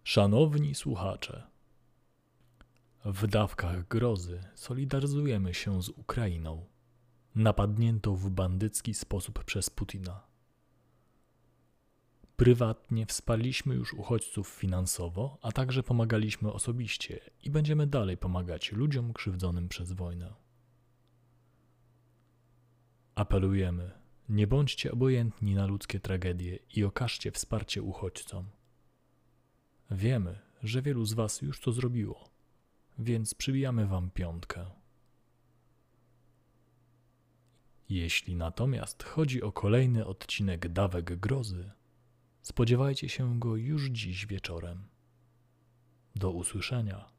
Szanowni słuchacze, w dawkach grozy solidaryzujemy się z Ukrainą, napadniętą w bandycki sposób przez Putina. Prywatnie wsparliśmy już uchodźców finansowo, a także pomagaliśmy osobiście i będziemy dalej pomagać ludziom krzywdzonym przez wojnę. Apelujemy, nie bądźcie obojętni na ludzkie tragedie i okażcie wsparcie uchodźcom. Wiemy, że wielu z was już to zrobiło, więc przybijamy wam piątkę. Jeśli natomiast chodzi o kolejny odcinek Dawek Grozy, spodziewajcie się go już dziś wieczorem. Do usłyszenia.